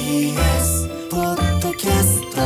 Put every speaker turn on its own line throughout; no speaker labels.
TBS ポッドキャスト。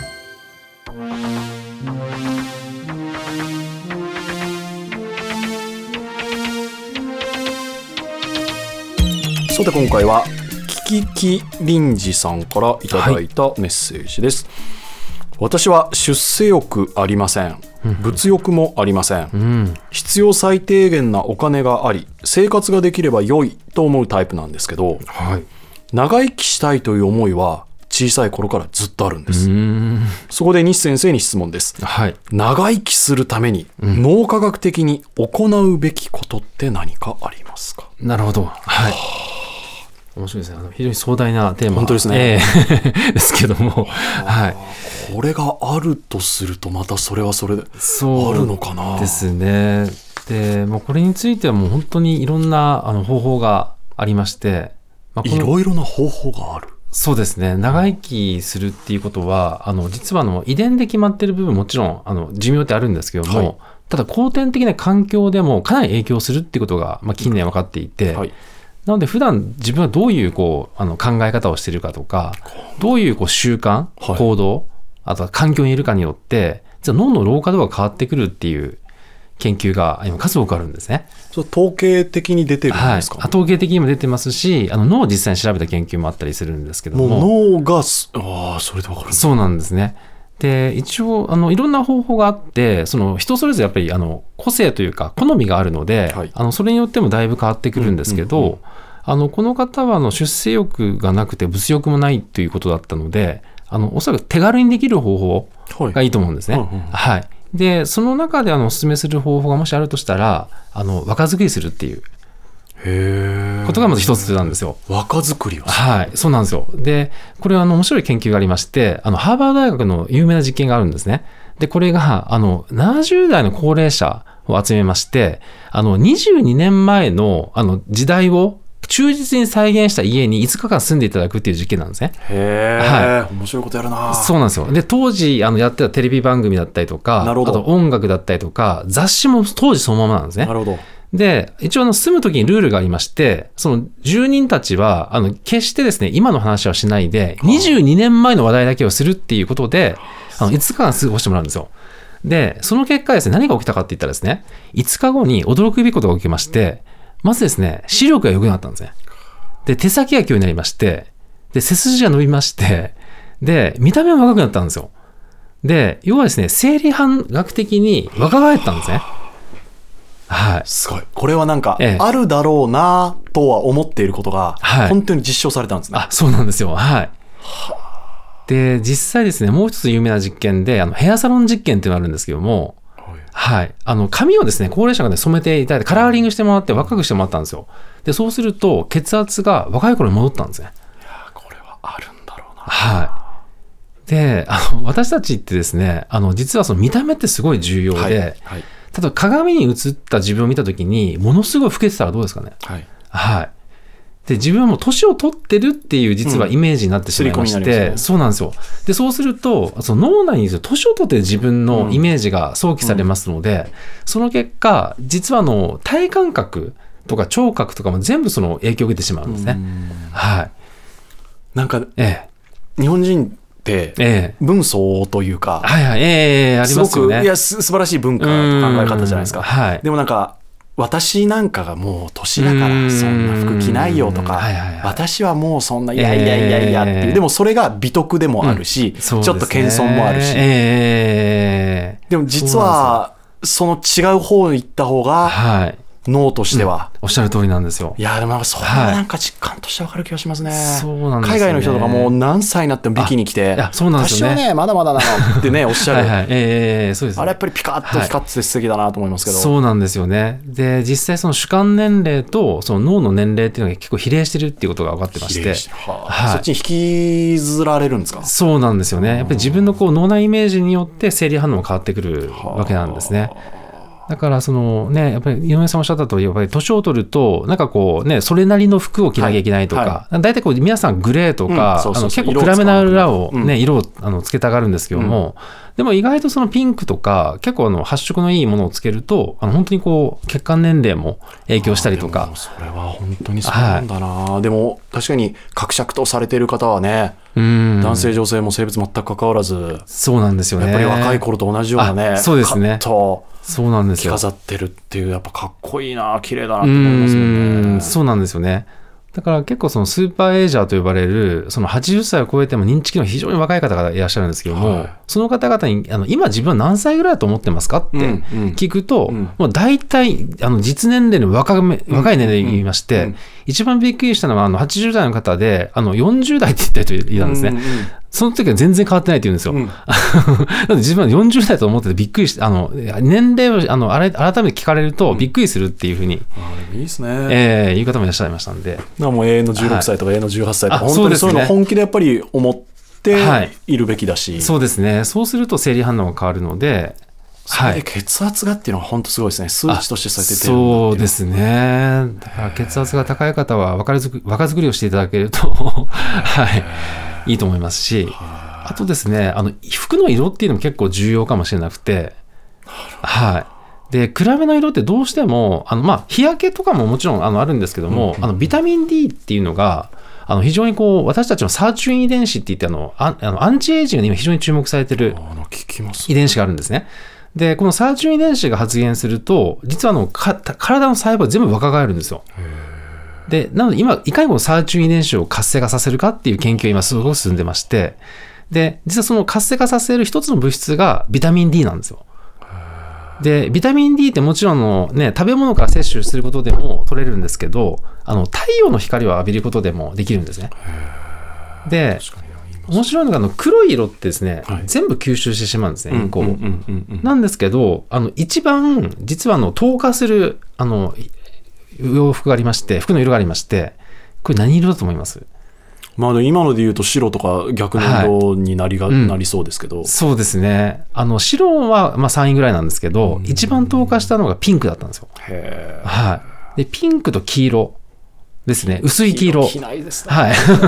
さて今回はキキキリンジさんからいただいたメッセージです、私は出世欲ありません、物欲もありません、必要最低限なお金があり生活ができれば良いと思うタイプなんですけど、長生きしたいという思いは小さい頃からずっとあるんです。そこで西先生に質問です、長生きするために脳科学的に行うべきことって何かありますか？
なるほど、面白いですね。非常に壮大なテーマ
本当ですね、
ですけども、
これがあるとするとまたそれはそれであるのかな。
ですね。でもうこれについてはもう本当にいろんな方法がありまして、
いろいろな方法がある。
そうですね。長生きするっていうことは実は遺伝で決まっている部分もちろん寿命ってあるんですけども、ただ後天的な環境でもかなり影響するっていうことが、近年分かっていて、なので普段自分はどういう考え方をしているかとか、どういう習慣、行動、あとは環境にいるかによって実は脳の老化度が変わってくるっていう研究が今数多くあるんですね。
それ統計的に出てるんですか？
統計的にも出てますし、脳を実際に調べた研究もあったりするんですけども、
脳がそれで分かる。
そうなんですね。で一応いろんな方法があって、人それぞれやっぱり個性というか好みがあるので、それによってもだいぶ変わってくるんですけど、この方は出世欲がなくて物欲もないということだったので、おそらく手軽にできる方法がいいと思うんですね。でその中でお勧めする方法がもしあるとしたら若作りするっていうことがまず一つなんですよ。
若作りをする。
そうなんですよ。でこれは面白い研究がありまして、ハーバード大学の有名な実験があるんですね。でこれが70代の高齢者を集めまして、22年前の時代を忠実に再現した家に5日間住んでいただくっていう実験なんですね。
面白いことやるな。
そうなんですよ。で当時やってたテレビ番組だったりとか、あと音楽だったりとか雑誌も当時そのままなんですね。で一応住む時にルールがありまして、その住人たちは決してですね今の話はしないで22年前の話題だけをするっていうことで5日間過ごしてもらうんですよ。でその結果ですね、何が起きたかって言ったらですね、5日後に驚くべきことが起きまして、まずですね視力が良くなったんですね。で手先が器用になりまして、で背筋が伸びまして、で見た目も若くなったんですよ。で要はですね生理学的に若返ったんですね。
すごい。これはなんかあるだろうなとは思っていることが本当に実証されたんですね。
そうなんですよ。で実際ですね、もう一つ有名な実験でヘアサロン実験っていうのがあるんですけども、髪をですね高齢者が染めていただいてカラーリングしてもらって若くしてもらったんですよ。でそうすると血圧が若い頃に戻ったんですね。
これはあるんだろうな。
で私たちってですね実はその見た目ってすごい重要で、例えば鏡に映った自分を見たときにものすごい老けてたらどうですかね。で自分はもう年を取ってるっていう実はイメージになってしまいまして、そうなんですよ。でそうするとその脳内に年を取ってる自分のイメージが想起されますので、その結果実は体感覚とか聴覚とかも全部その影響を受けてしまうんですね。
なんか、日本人って分相応というか、
ありますよね。
素晴らしい文化と考え方じゃないですか。でもなんか私なんかがもう年だからそんな服着ないよとか、私はもうそんないやっていう、でもそれが美徳でもあるし、ちょっと謙遜もあるし、でも実はその違う方に行った方が脳としては、
おっしゃる通りなんですよ。
いやでもなんかそれはなんか実感として分かる気がしますね。海外の人とかもう何歳になってもビキニ着て、私はねまだまだなのってねおっしゃる。そうです。あれやっぱりピカッと光って素敵だなと思いますけど。
そうなんですよね。で実際その主観年齢とその脳の年齢っていうのが結構比例してるっていうことが分かってまして、そ
っちに引きずられるんですか？
そうなんですよね。やっぱり自分の脳内イメージによって生理反応も変わってくるわけなんですね。 だからそのね、やっぱり井上さんおっしゃった通り、やっぱり年を取るとなんかこうね、それなりの服を着なきゃいけないとか、大体こう皆さんグレーとか、結構暗めな色をね、色をつけたがるんですけども、でも意外とそのピンクとか結構発色のいいものをつけると本当にこう血管年齢も影響したりとか。
それは本当にそうなんだな。でも確かに格着とされている方はね、男性女性も性別全く関わらず、
そうなんですよね。
やっぱり若い頃と同じようなね、
そうですね、
カット
そうなんですよ、
着飾ってるっていう、やっぱかっこいいな、綺麗だなと思いますよね。
そうなんですよね。だから結構そのスーパーエイジャーと呼ばれるその80歳を超えても認知機能非常に若い方がいらっしゃるんですけども、その方々に今自分は何歳ぐらいだと思ってますかって聞くと、もう大体実年齢の若い年齢で言いまして、一番びっくりしたのは80代の方で40代って言った人いたんですね。その時は全然変わってないって言うんですよ。だって自分は40代と思っててびっくりして、年齢を改めて聞かれるとびっくりするっていうふうに、
いいですね。
言う方もいらっしゃいましたんで。
もう永遠の16歳とか永遠の18歳とか、本当にそういうの本気でやっぱり思っているべきだし、
そうですね。そうすると生理反応が変わるので、
それで血圧がっていうのは本当すごいですね。数値としてされててる。
そうですね。だから血圧が高い方は若作りをしていただけるといいと思いますし、あとですね、服の色っていうのも結構重要かもしれなくて、で暗めの色ってどうしても日焼けとかももちろんあるんですけども、ビタミン D っていうのが非常にこう私たちのサーチュイン遺伝子っていってアンチエイジングに今非常に注目されている遺伝子があるんですね。でこのサーチュイン遺伝子が発現すると、実は体の細胞全部若返るんですよ。でなので今いかにこのサーチュイン遺伝子を活性化させるかっていう研究が今すごく進んでまして、で実はその活性化させる一つの物質がビタミン D なんですよ。でビタミン D ってもちろん食べ物から摂取することでも取れるんですけど、太陽の光を浴びることでもできるんですね。で面白いのが黒い色ってですね、全部吸収してしまうんですね、なんですけど一番実は透過する洋服がありまして、服の色がありまして、これ何色だと思います？
今ので言うと白とか逆の色になりそうですけど、
そうですね。白は3位ぐらいなんですけど、一番透過したのがピンクだったんですよ。でピンクと黄色ですね。薄い黄色。
着ないですね。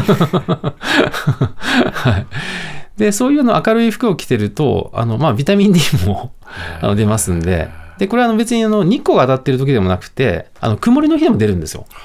でそういう明るい服を着てるとビタミン D も出ますんで、でこれは別に日光が当たってる時でもなくて曇りの日でも出るんですよ。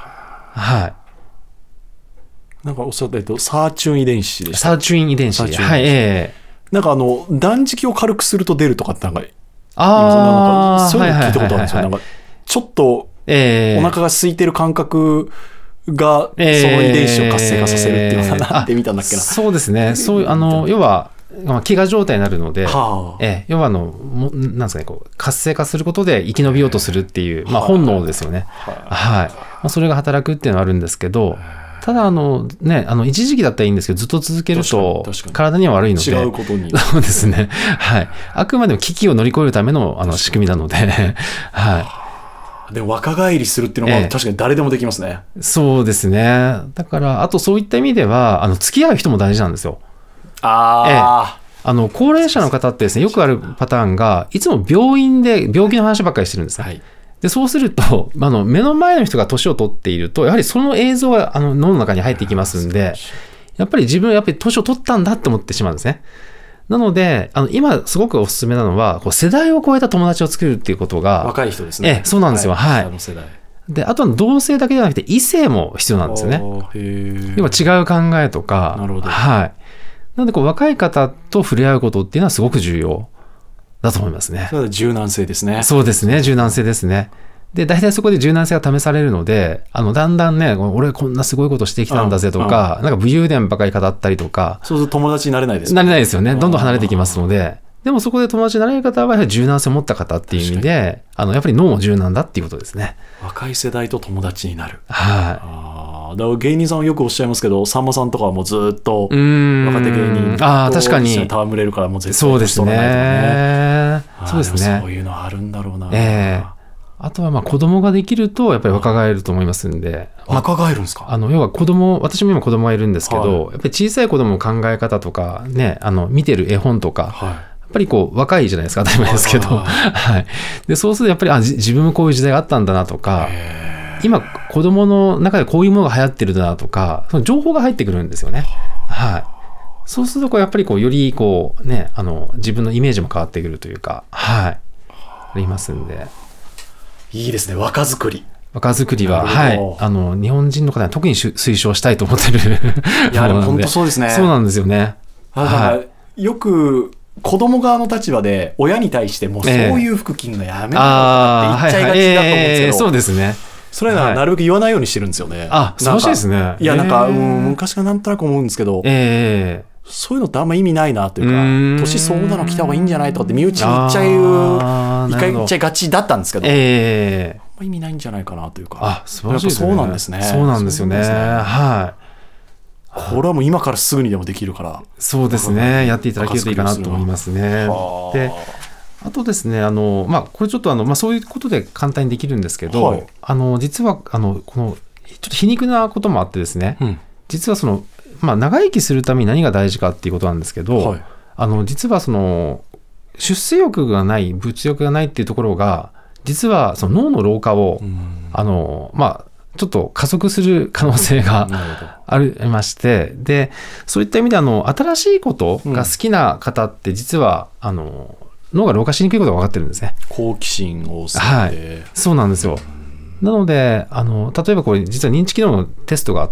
なんかおっしゃったサーチュイン遺伝子でした。
サーチュイン遺伝子。
なんか断食を軽くすると出るとかってそういうの聞いたことあるんですよ。なんかちょっとお腹が空いてる感覚がその遺伝子を活性化させるっていうのかなって見たんだっけな。
そうですね。そういう要は飢餓状態になるので、要はなんですかね、こう活性化することで生き延びようとするっていう本能ですよね。それが働くっていうのはあるんですけど、ただ一時期だったらいいんですけど、ずっと続けると体には悪いので、
違うことに
そうですね。あくまでも危機を乗り越えるための仕組みなので、
でも若返りするっていうのは確かに誰でもできますね。
そうですね。だからあとそういった意味では付き合う人も大事なんですよ。高齢者の方ってですね、よくあるパターンがいつも病院で病気の話ばっかりしてるんですね。でそうすると目の前の人が年を取っていると、やはりその映像が脳の中に入っていきますんで、やっぱり自分はやっぱり年を取ったんだって思ってしまうんですね。なので今すごくおすすめなのは世代を超えた友達を作るっていうことが、
若い人ですね。
そうなんですよ。であとは同性だけじゃなくて異性も必要なんですよね。要は違う考えとか。なので若い方と触れ合うことっていうのはすごく重要だと思いますね。
それは柔軟性ですね。
そうですね、柔軟性ですね。で大体そこで柔軟性が試されるので、だんだんね、俺こんなすごいことしてきたんだぜとか、なんか武勇伝ばかり語ったりとか、
そうすると友達になれないです
よね。なれないですよね。どんどん離れていきますので、でもそこで友達になれる方はやはり柔軟性を持った方っていう意味で、やっぱり脳も柔軟だっていうことですね。
若い世代と友達になる。だから芸人さんはよくおっしゃいますけど、さんまさんとかはもうずっと若手芸人と
確かに
一緒に戯れるから、もう絶対
そうですね。そうですね。
そういうのあるんだろうな。
あとは子供ができるとやっぱり若返ると思いますんで。
若返るんですか？
要は私も今子供がいるんですけど、やっぱり小さい子供の考え方とかね、見てる絵本とか、 ぱりこう若いじゃないですか、当たり前ですけど、はい、でそうするとやっぱり自分もこういう時代があったんだなとか、今子供の中でこういうものが流行ってるんだなとか、その情報が入ってくるんですよね。はい、そうするとこうやっぱりこうよりこうね、自分のイメージも変わってくるというか、はい、ありますんで。
いいですね、若作り。
若作りは、はい、日本人の方には特に推奨したいと思ってる。
いやでも本当そうですね。
そうなんですよね。
はい、よく子供側の立場で親に対してもうそういう服着るのやめろって言っちゃいがちだと思うんですけど、
そうですね。
それならなるべく言わないようにしてるんですよね。
素晴らしいですね。
いやなんか、昔からなんとなく思うんですけど、そういうのってあんま意味ないなというか、年相応なの着た方がいいんじゃないとかって身内に言っちゃいがちだったんですけど、あんま意味ないんじゃないかなというか。
素晴らしいですね。
そうなんですね。
そうなんですよね。はい。
これはもう今からすぐにでもできるから。
そうですね。やっていただけるといいかなと思いますね。で、あとですね、これちょっとそういうことで簡単にできるんですけど、実はこのちょっと皮肉なこともあってですね、実はその長生きするために何が大事かっていうことなんですけど、実はその出世欲がない、物欲がないっていうところが、実はその脳の老化をちょっと加速する可能性がありまして、でそういった意味で新しいことが好きな方って実は脳が老化しにくいことが分かってるんですね。
好奇心旺盛で、
そうなんですよ。なので例えばこれ実は認知機能のテストがあって、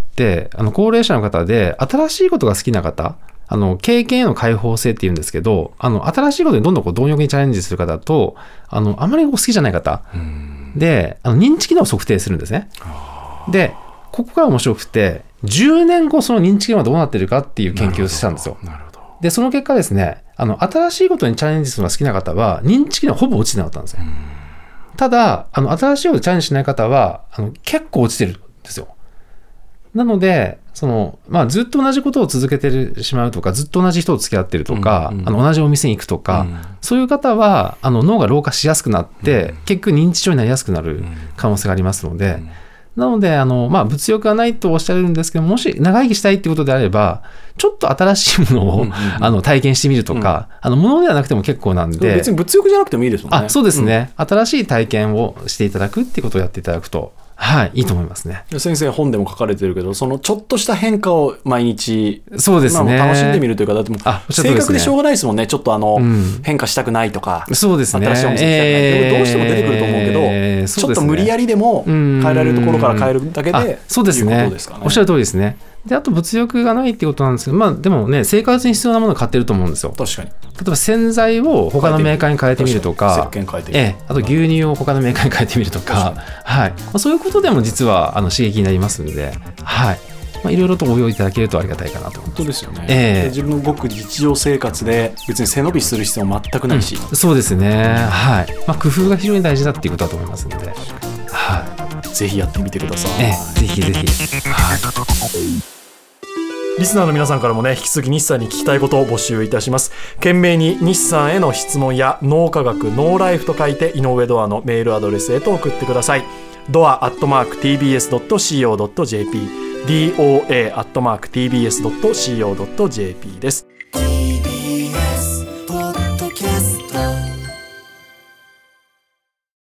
高齢者の方で新しいことが好きな方、経験への開放性っていうんですけど、新しいことにどんどん貪欲にチャレンジする方とあまり好きじゃない方で認知機能を測定するんですね。でここが面白くて、10年後その認知機能がどうなっているかっていう研究をしたんですよ。でその結果ですね、新しいことにチャレンジするのが好きな方は認知機能ほぼ落ちてなかったんですよ。ただ新しいことにチャレンジしない方は結構落ちてるんですよ。なのでずっと同じことを続けてしまうとか、ずっと同じ人と付き合ってるとか、同じお店に行くとか、そういう方は脳が老化しやすくなって、結局認知症になりやすくなる可能性がありますので、なので物欲がないとおっしゃるんですけど、もし長生きしたいってことであれば、ちょっと新しいものを体験してみるとか、物ではなくても結構なんで、
別に物欲じゃなくてもいいですもんね。
そうですね、新しい体験をしていただくっていうことをやっていただくと、いいと思いますね。
先生本でも書かれてるけど、そのちょっとした変化を毎日
そうですね、
楽しんでみるというか、だってもう性格でしょうがないですもんね。ちょっと変化したくないとか、
そうですね、
新しいお店行きたくないってどうしても出てくると思うけど、ちょっと無理やりでも変えられるところから変えるだけで、
そうですね、おっしゃる通りですね。であと物欲がないっていうことなんですけど、でもね、生活に必要なものを買ってると思うんですよ。
確かに。
例えば洗剤を他のメーカーに変えてみるとか、あと牛乳を他のメーカーに変えてみるとか、そういうことでも実は刺激になりますので、いろいろと応用いただけるとありがたいかなと思います。
本当ですよね。自分のごく日常生活で別に背伸びする必要は全くないし、
そうですね、工夫が非常に大事だっていうことだと思いますので、
ぜひやってみてください。
ぜひぜひ。
リスナーの皆さんからもね、引き続き日産に聞きたいことを募集いたします。懸命に日産への質問や脳科学ノーライフと書いて井上ドアのメールアドレスへと送ってください。doa@tbs.co.jp doa@tbs.co.jp です。